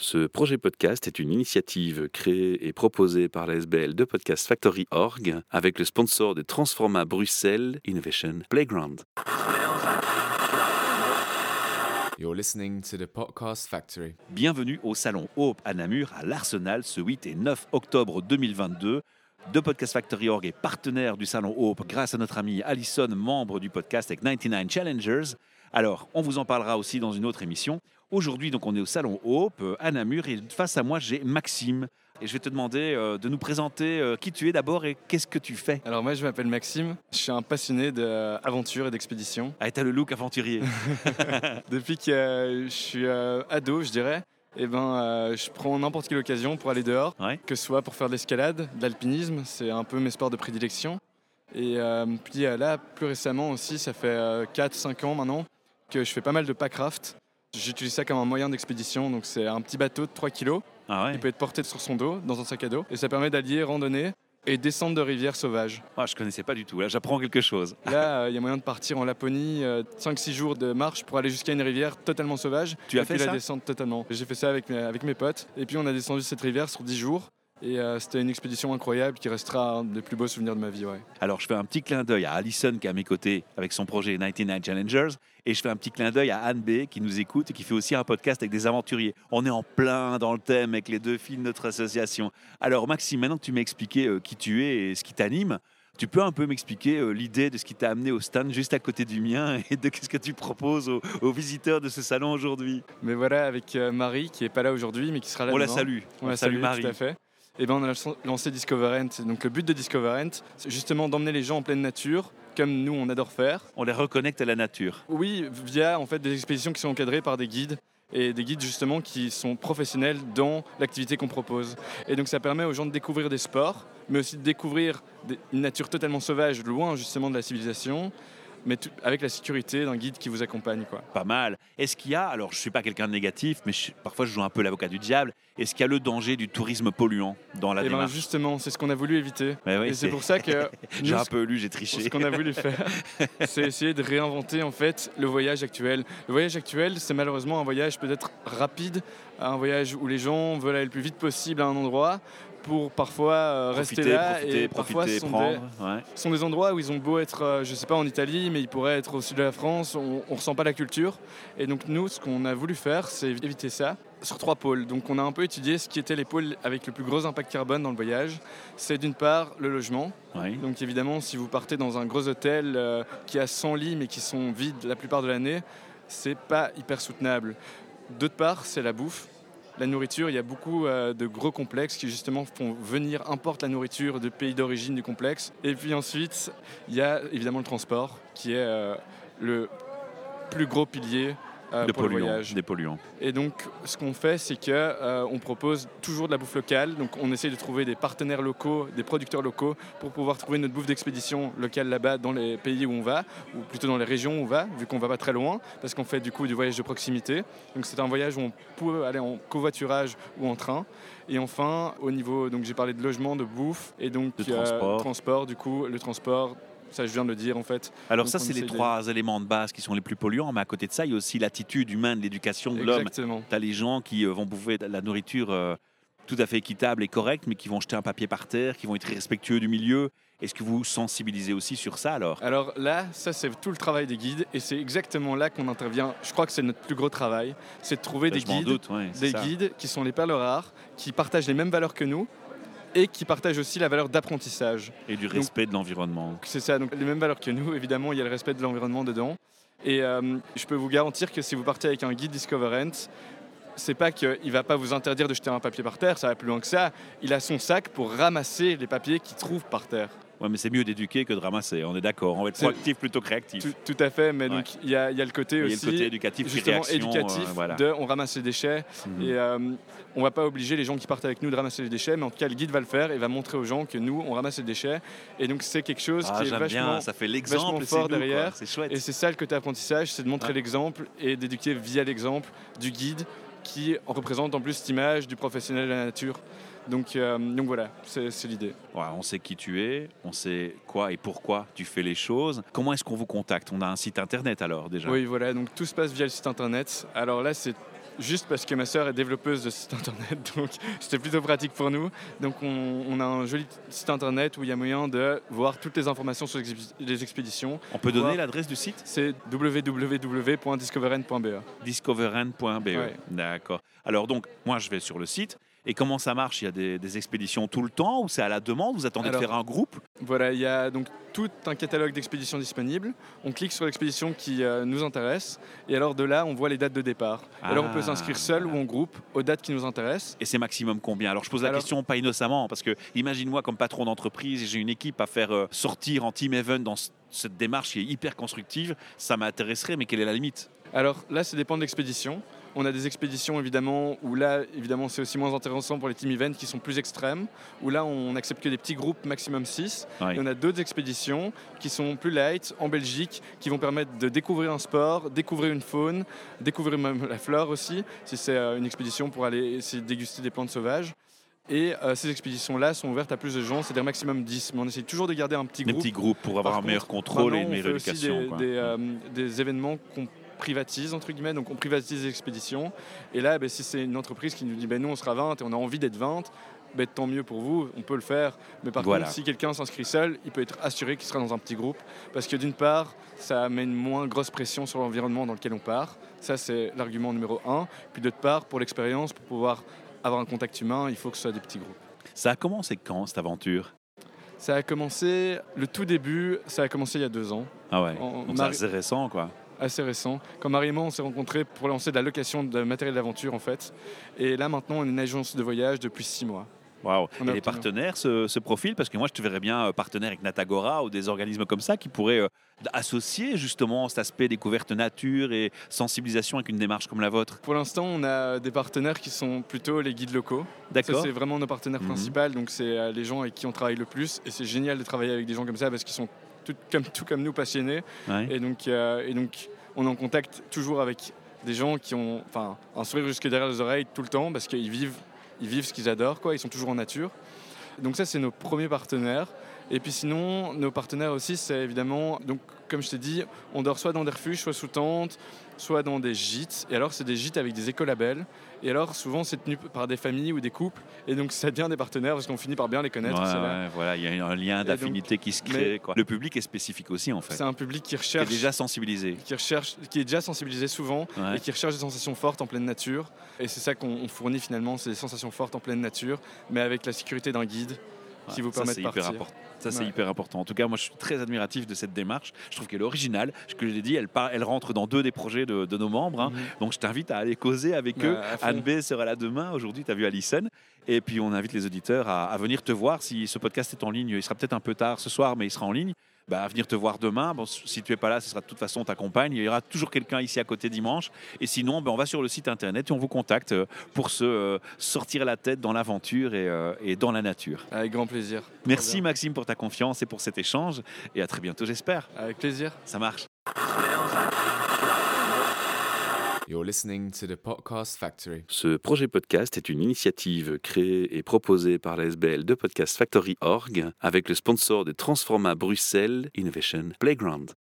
Ce projet podcast est une initiative créée et proposée par la SBL de Podcast Factory Org avec le sponsor de Transforma Bruxelles Innovation Playground. You're listening to the Podcast Factory. Bienvenue au Salon Hope à Namur, à l'Arsenal, ce 8 et 9 octobre 2022. De Podcast Factory Org est partenaire du Salon Hope grâce à notre ami Alison, membre du podcast avec 99 Challengers. Alors, on vous en parlera aussi dans une autre émission. Aujourd'hui, donc, on est au Salon Hope à Namur et face à moi, j'ai Maxime. Et je vais te demander de nous présenter qui tu es d'abord et qu'est-ce que tu fais. Alors moi je m'appelle Maxime, je suis un passionné d'aventure et d'expédition. Ah, t'as le look aventurier. Depuis que je suis ado, je dirais, je prends n'importe quelle occasion pour aller dehors, Ouais. que ce soit pour faire de l'escalade, de l'alpinisme, c'est un peu mes sports de prédilection. Et puis là, plus récemment aussi, ça fait 4-5 ans maintenant, que je fais pas mal de packraft. J'utilise ça comme un moyen d'expédition, donc c'est un petit bateau de 3 kilos. Ah ouais. Il peut être porté sur son dos, dans un sac à dos, et ça permet d'allier randonnée et descente de rivières sauvages. Ah, je connaissais pas du tout. Là, j'apprends quelque chose. Là, il y a moyen de partir en Laponie, 5-6 jours de marche pour aller jusqu'à une rivière totalement sauvage. Tu as et fait puis ça la descente totalement. J'ai fait ça avec mes potes, et puis on a descendu cette rivière sur 10 jours. Et c'était une expédition incroyable qui restera un des plus beaux souvenirs de ma vie. Ouais. Alors, je fais un petit clin d'œil à Alison qui est à mes côtés avec son projet 99 Challengers. Et je fais un petit clin d'œil à Anne B qui nous écoute et qui fait aussi un podcast avec des aventuriers. On est en plein dans le thème avec les deux filles de notre association. Alors, Maxime, maintenant que tu m'as expliqué qui tu es et ce qui t'anime, tu peux un peu m'expliquer l'idée de ce qui t'a amené au stand juste à côté du mien et de ce que tu proposes aux visiteurs de ce salon aujourd'hui. Mais voilà, avec Marie, qui n'est pas là aujourd'hui, mais qui sera là On la demain. salue. On la salue salue, Marie. tout à fait. Et on a lancé Discover Ent. Donc le but de Discover Ent, c'est justement d'emmener les gens en pleine nature, comme nous on adore faire. On les reconnecte à la nature. Oui, via en fait des expéditions qui sont encadrées par des guides. Et des guides justement qui sont professionnels dans l'activité qu'on propose. Et donc ça permet aux gens de découvrir des sports, mais aussi de découvrir une nature totalement sauvage, loin justement de la civilisation, mais avec la sécurité d'un guide qui vous accompagne, quoi. Pas mal. Est-ce qu'il y a, alors je ne suis pas quelqu'un de négatif, mais parfois je joue un peu l'avocat du diable, est-ce qu'il y a le danger du tourisme polluant dans la Et bien démarche? justement, c'est ce qu'on a voulu éviter. Mais oui, Et c'est pour ça que J'ai nous, un peu lu, j'ai triché. ce qu'on a voulu faire, c'est essayer de réinventer en fait le voyage actuel. Le voyage actuel, c'est malheureusement un voyage peut-être rapide, un voyage où les gens veulent aller le plus vite possible à un endroit pour parfois rester là et parfois profiter, prendre. Ouais. ce sont des endroits où ils ont beau être, je sais pas, en Italie, mais ils pourraient être au sud de la France, on ressent pas la culture. Et donc nous, ce qu'on a voulu faire, c'est éviter ça sur 3 pôles. Donc on a un peu étudié ce qui étaient les pôles avec le plus gros impact carbone dans le voyage. C'est d'une part le logement. Ouais. Donc évidemment, si vous partez dans un gros hôtel qui a 100 lits mais qui sont vides la plupart de l'année, c'est pas hyper soutenable. D'autre part, c'est la bouffe. La nourriture, il y a beaucoup de gros complexes qui justement importent la nourriture de pays d'origine du complexe. Et puis ensuite, il y a évidemment le transport qui est le plus gros pilier pour le voyage. Des polluants. Et donc, ce qu'on fait, c'est qu'on propose toujours de la bouffe locale. Donc, on essaie de trouver des partenaires locaux, des producteurs locaux, pour pouvoir trouver notre bouffe d'expédition locale là-bas, dans les pays où on va, ou plutôt dans les régions où on va, vu qu'on ne va pas très loin, parce qu'on fait du coup du voyage de proximité. Donc, c'est un voyage où on peut aller en covoiturage ou en train. Et enfin, au niveau, donc j'ai parlé de logement, de bouffe, et donc De transport. transport, du coup, le transport. Ça, je viens de le dire, en fait. Alors Donc, ça, on c'est les essaie de- 3 éléments de base qui sont les plus polluants, mais à côté de ça, il y a aussi l'attitude humaine, l'éducation de l'homme. Exactement. Tu as les gens qui vont bouffer de la nourriture tout à fait équitable et correcte, mais qui vont jeter un papier par terre, qui vont être irrespectueux du milieu. Est-ce que vous sensibilisez aussi sur ça alors? Alors là, ça c'est tout le travail des guides et c'est exactement là qu'on intervient. Je crois que c'est notre plus gros travail, c'est de trouver des Je m'en guides, doute, ouais, c'est ça. qui sont les perles rares, qui partagent les mêmes valeurs que nous et qui partagent aussi la valeur d'apprentissage. Et du respect de l'environnement. Donc, c'est ça, donc les mêmes valeurs que nous, évidemment, il y a le respect de l'environnement dedans. Et je peux vous garantir que si vous partez avec un guide Discover Ent, c'est pas qu'il va pas vous interdire de jeter un papier par terre, ça va plus loin que ça. Il a son sac pour ramasser les papiers qu'il trouve par terre. Ouais, mais c'est mieux d'éduquer que de ramasser, on est d'accord. On va être C'est- proactif plutôt que réactif. Tout à fait, mais Ouais. donc il y a le côté Il y a aussi le côté éducatif, puis justement réaction, éducatif voilà. de on ramasse les déchets Mhm. et on va pas obliger les gens qui partent avec nous de ramasser les déchets, mais en tout cas le guide va le faire et va montrer aux gens que nous on ramasse les déchets et donc c'est quelque chose Ah, qui est j'aime vachement bien, ça fait l'exemple, vachement c'est fort nous, quoi. derrière. C'est chouette. et c'est ça le côté apprentissage, c'est de montrer Ouais. l'exemple et d'éduquer via l'exemple du guide qui représente en plus cette image du professionnel de la nature. Donc voilà, c'est l'idée. Ouais, on sait qui tu es, on sait quoi et pourquoi tu fais les choses. Comment est-ce qu'on vous contacte? On a un site internet alors déjà? Oui, voilà, donc tout se passe via le site internet. Alors là, c'est juste parce que ma sœur est développeuse de site internet, donc c'était plutôt pratique pour nous. Donc on a un joli site internet où il y a moyen de voir toutes les informations sur les expéditions. On peut donner l'adresse du site? C'est www.discoverN.be. DiscoverN.be. Ouais. D'accord. Alors donc, moi je vais sur le site. Et comment ça marche? Il y a des expéditions tout le temps ou c'est à la demande? Vous attendez de faire un groupe? Voilà, il y a donc tout un catalogue d'expéditions disponibles. On clique sur l'expédition qui nous intéresse et alors de là, on voit les dates de départ. Alors on peut s'inscrire seul ou en groupe aux dates qui nous intéressent. Et c'est maximum combien? Alors je pose la question pas innocemment parce que imagine-moi comme patron d'entreprise, j'ai une équipe à faire sortir en team event dans cette démarche qui est hyper constructive. Ça m'intéresserait, mais quelle est la limite? Alors là, ça dépend de l'expédition. On a des expéditions évidemment où là, évidemment, c'est aussi moins intéressant pour les team events qui sont plus extrêmes, où là, on n'accepte que des petits groupes, maximum 6. Ouais. Et on a d'autres expéditions qui sont plus light, en Belgique, qui vont permettre de découvrir un sport, découvrir une faune, découvrir même la flore aussi, si c'est une expédition pour aller essayer de déguster des plantes sauvages. Et ces expéditions-là sont ouvertes à plus de gens, c'est-à-dire maximum 10. Mais on essaie toujours de garder un petit Des groupe. petits groupes pour avoir un meilleur contrôle et une meilleure éducation. On fait aussi des événements qu'on privatise, entre guillemets, donc on privatise les expéditions. Et là, si c'est une entreprise qui nous dit nous on sera 20 et on a envie d'être 20, tant mieux pour vous, on peut le faire. Mais par contre, si quelqu'un s'inscrit seul, il peut être assuré qu'il sera dans un petit groupe. Parce que d'une part, ça met une moins grosse pression sur l'environnement dans lequel on part. Ça, c'est l'argument numéro 1. Puis d'autre part, pour l'expérience, pour pouvoir avoir un contact humain, il faut que ce soit des petits groupes. Ça a commencé quand, cette aventure? Ça a commencé, le tout début, ça a commencé il y a 2 ans. Ah ouais, donc c'est assez récent, quoi. Assez récent. Quand Marie et moi, on s'est rencontrés pour lancer de la location de matériel d'aventure, en fait. Et là, maintenant, on est une agence de voyage depuis 6 mois. Waouh. Et les partenaires se profilent? Parce que moi, je te verrais bien partenaire avec Natagora ou des organismes comme ça qui pourraient associer justement cet aspect découverte nature et sensibilisation avec une démarche comme la vôtre. Pour l'instant, on a des partenaires qui sont plutôt les guides locaux. D'accord. Ça, c'est vraiment nos partenaires principaux. Donc, c'est les gens avec qui on travaille le plus. Et c'est génial de travailler avec des gens comme ça parce qu'ils sont tout comme nous passionnés. Ouais. Et donc, on est en contact toujours avec des gens qui ont un sourire jusque derrière les oreilles tout le temps parce qu'ils vivent ce qu'ils adorent, quoi. Ils sont toujours en nature. Donc ça, c'est nos premiers partenaires. Et puis sinon, nos partenaires aussi, c'est évidemment, donc, comme je t'ai dit, on dort soit dans des refuges, soit sous tente, soit dans des gîtes. Et alors, c'est des gîtes avec des écolabels. Et alors, souvent, c'est tenu par des familles ou des couples. Et donc, ça devient des partenaires parce qu'on finit par bien les connaître. Voilà, il y a un lien d'affinité qui se crée. Le public est spécifique aussi, en fait. C'est un public qui recherche... Qui est déjà sensibilisé. Qui est déjà sensibilisé souvent et qui recherche des sensations fortes en pleine nature. Et c'est ça qu'on fournit finalement, c'est des sensations fortes en pleine nature, mais avec la sécurité d'un guide qui vous permet de partir. Ça, c'est hyper important. En tout cas, moi, je suis très admiratif de cette démarche. Je trouve qu'elle est originale. Ce que je l'ai dit, elle rentre dans 2 des projets de nos membres. Donc, je t'invite à aller causer avec eux. Anne B sera là demain. Aujourd'hui, tu as vu Alison. Et puis, on invite les auditeurs à venir te voir. Si ce podcast est en ligne, il sera peut-être un peu tard ce soir, mais il sera en ligne. À venir te voir demain. Bon, si tu n'es pas là, ce sera de toute façon ta compagne. Il y aura toujours quelqu'un ici à côté dimanche. Et sinon, on va sur le site internet et on vous contacte pour se sortir la tête dans l'aventure et dans la nature. Avec grand plaisir. Merci Maxime pour ta confiance et pour cet échange. Et à très bientôt, j'espère. Avec plaisir. Ça marche. You're listening to the Podcast Factory. Ce projet podcast est une initiative créée et proposée par la SBL de Podcast Factory Org avec le sponsor des Transforma Bruxelles Innovation Playground.